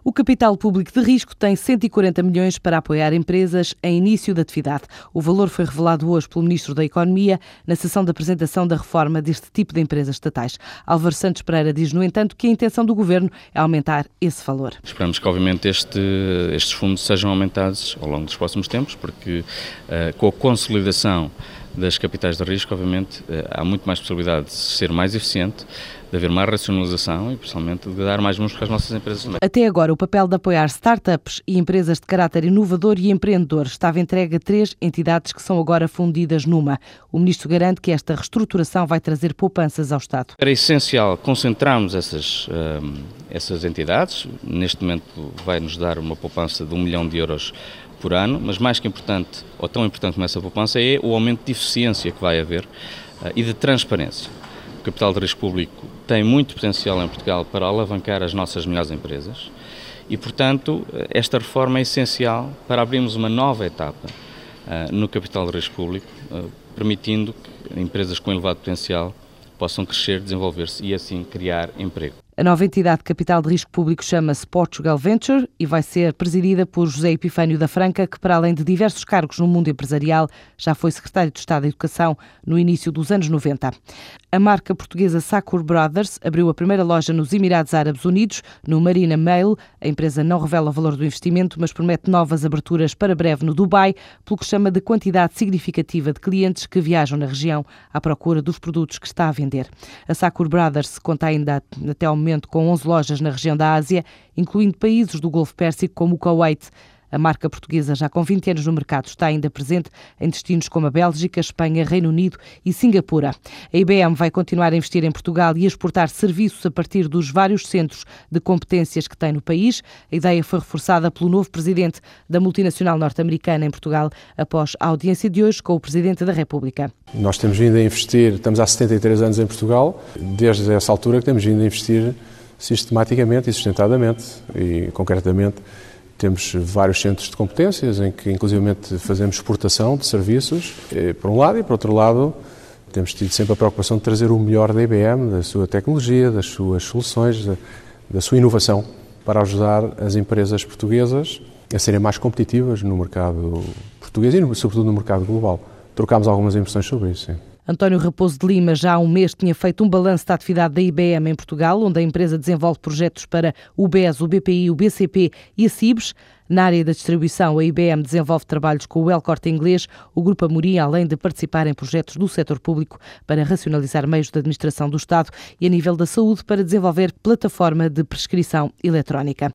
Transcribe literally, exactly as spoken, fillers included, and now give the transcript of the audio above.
O capital público de risco tem cento e quarenta milhões para apoiar empresas em início de atividade. O valor foi revelado hoje pelo Ministro da Economia na sessão de apresentação da reforma deste tipo de empresas estatais. Álvaro Santos Pereira diz, no entanto, que a intenção do Governo é aumentar esse valor. Esperamos que, obviamente, este, estes fundos sejam aumentados ao longo dos próximos tempos, porque uh, com a consolidação das capitais de risco, obviamente, uh, há muito mais possibilidade de ser mais eficiente, de haver mais racionalização e, principalmente, de dar mais músculo às nossas empresas também. Até agora, o papel de apoiar startups e empresas de caráter inovador e empreendedor estava entregue a três entidades que são agora fundidas numa. O Ministro garante que esta reestruturação vai trazer poupanças ao Estado. Era essencial concentrarmos essas, um, essas entidades. Neste momento vai nos dar uma poupança de um milhão de euros por ano, mas mais que importante, ou tão importante como essa poupança, é o aumento de eficiência que vai haver uh, e de transparência. O capital de risco público tem muito potencial em Portugal para alavancar as nossas melhores empresas e, portanto, esta reforma é essencial para abrirmos uma nova etapa uh, no capital de risco público, uh, permitindo que empresas com elevado potencial possam crescer, desenvolver-se e, assim, criar emprego. A nova entidade de capital de risco público chama-se Portugal Venture e vai ser presidida por José Epifânio da Franca, que, para além de diversos cargos no mundo empresarial, já foi secretário de Estado da Educação no início dos anos noventa. A marca portuguesa Sakur Brothers abriu a primeira loja nos Emirados Árabes Unidos, no Marina Mail. A empresa não revela o valor do investimento, mas promete novas aberturas para breve no Dubai, pelo que chama de quantidade significativa de clientes que viajam na região à procura dos produtos que está a vender. A Sakur Brothers conta ainda até ao momento com onze lojas na região da Ásia, incluindo países do Golfo Pérsico como o Kuwait. A marca portuguesa, já com vinte anos no mercado, está ainda presente em destinos como a Bélgica, Espanha, Reino Unido e Singapura. A I B M vai continuar a investir em Portugal e a exportar serviços a partir dos vários centros de competências que tem no país. A ideia foi reforçada pelo novo presidente da multinacional norte-americana em Portugal, após a audiência de hoje com o Presidente da República. Nós temos vindo a investir, estamos há setenta e três anos em Portugal, desde essa altura que temos vindo a investir sistematicamente e sustentadamente e, concretamente, temos vários centros de competências em que, inclusivamente, fazemos exportação de serviços, por um lado, e, por outro lado, temos tido sempre a preocupação de trazer o melhor da I B M, da sua tecnologia, das suas soluções, da, da sua inovação, para ajudar as empresas portuguesas a serem mais competitivas no mercado português e, sobretudo, no mercado global. Trocámos algumas impressões sobre isso, sim. António Raposo de Lima já há um mês tinha feito um balanço da atividade da I B M em Portugal, onde a empresa desenvolve projetos para o B E S, o B P I, o B C P e a Cibes. Na área da distribuição, a I B M desenvolve trabalhos com o El Corte Inglês, o Grupo Amorim, além de participar em projetos do setor público para racionalizar meios de administração do Estado e a nível da saúde para desenvolver plataforma de prescrição eletrónica.